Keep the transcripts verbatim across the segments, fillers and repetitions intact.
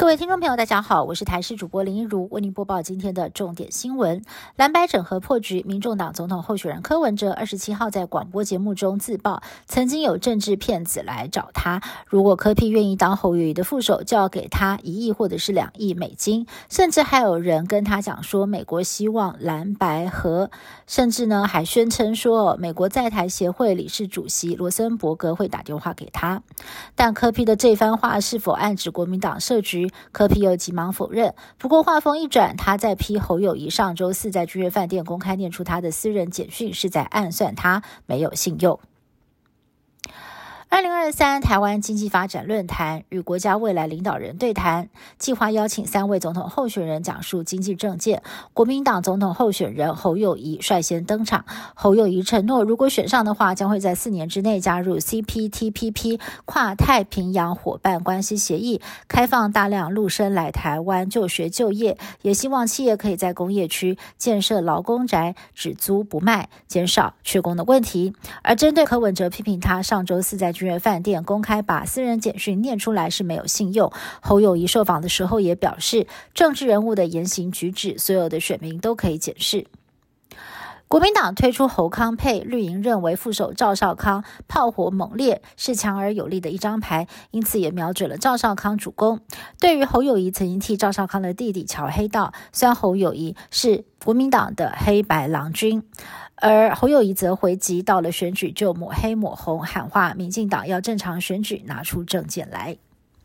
位听众朋友大家好，我是台视主播林一如，为您播报今天的重点新闻。蓝白整合破局，民众党总统候选人柯文哲二十七号在广播节目中自曝，曾经有政治骗子来找他，如果柯 P 愿意当侯友宜的副手，就要给他一亿或者是两亿美金，甚至还有人跟他讲说美国希望蓝白合，甚至呢还宣称说美国在台协会理事主席罗森伯格会打电话给他。但柯 P 的这番话是否暗指国民党设局，柯 P 又急忙否认。不过话锋一转，他在批侯友宜上周四在君悦饭店公开念出他的私人简讯，是在暗算他没有信用。二零二三台湾经济发展论坛与国家未来领导人对谈，计划邀请三位总统候选人讲述经济政见。国民党总统候选人侯友宜率先登场。侯友宜承诺，如果选上的话，将会在四年之内加入 C P T P P 跨太平洋伙伴关系协议，开放大量陆生来台湾就学就业，也希望企业可以在工业区建设劳工宅，只租不卖，减少缺工的问题。而针对柯文哲批评他上周四在君悦饭店公开把私人简讯念出来是没有信用，侯友宜受访的时候也表示，政治人物的言行举止，所有的选民都可以检视。国民党推出侯康配，绿营认为副手赵少康炮火猛烈，是强而有力的一张牌，因此也瞄准了赵少康主攻。对于侯友宜曾经替赵少康的弟弟乔黑道，虽然侯友宜是国民党的黑白郎君，而侯友宜则回击，到了选举就抹黑抹红，喊话民进党要正常选举，拿出政见来。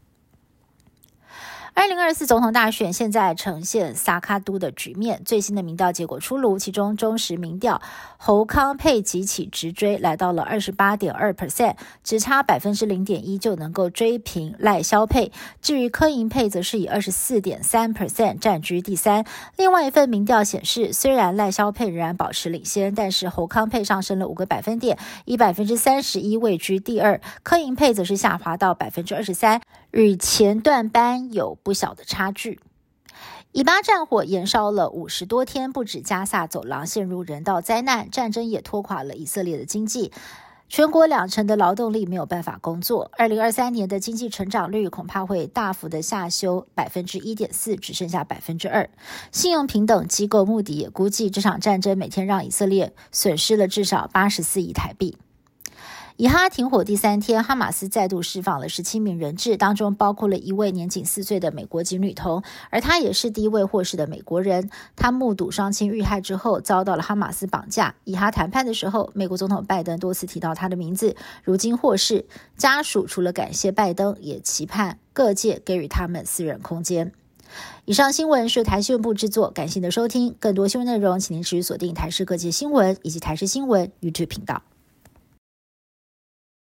二零二四总统大选现在呈现萨卡都的局面，最新的民调结果出炉，其中中时民调侯康配急起直追，来到了 百分之二十八点二， 只差 百分之零点一 就能够追平赖萧配。至于柯银配则是以 百分之二十四点三 占居第三。另外一份民调显示，虽然赖萧配仍然保持领先，但是侯康配上升了五个百分点，以 百分之三十一 位居第二，柯银配则是下滑到 百分之二十三， 与前段班有不小的差距。以巴战火延烧了五十多天，不止加萨走廊陷入人道灾难，战争也拖垮了以色列的经济。全国两成的劳动力没有办法工作，二零二三年的经济成长率恐怕会大幅的下修 百分之一点四， 只剩下 百分之二。 信用平等机构穆迪也估计，这场战争每天让以色列损失了至少八十四亿台币。以哈停火第三天，哈马斯再度释放了十七名人质，当中包括了一位年仅四岁的美国籍女童，而她也是第一位获释的美国人。她目睹双亲遇害之后，遭到了哈马斯绑架。以哈谈判的时候，美国总统拜登多次提到她的名字，如今获释，家属除了感谢拜登，也期盼各界给予他们私人空间。以上新闻是台新闻部制作，感谢您的收听。更多新闻内容，请您持续锁定台视各界新闻以及台视新闻 YouTube 频道。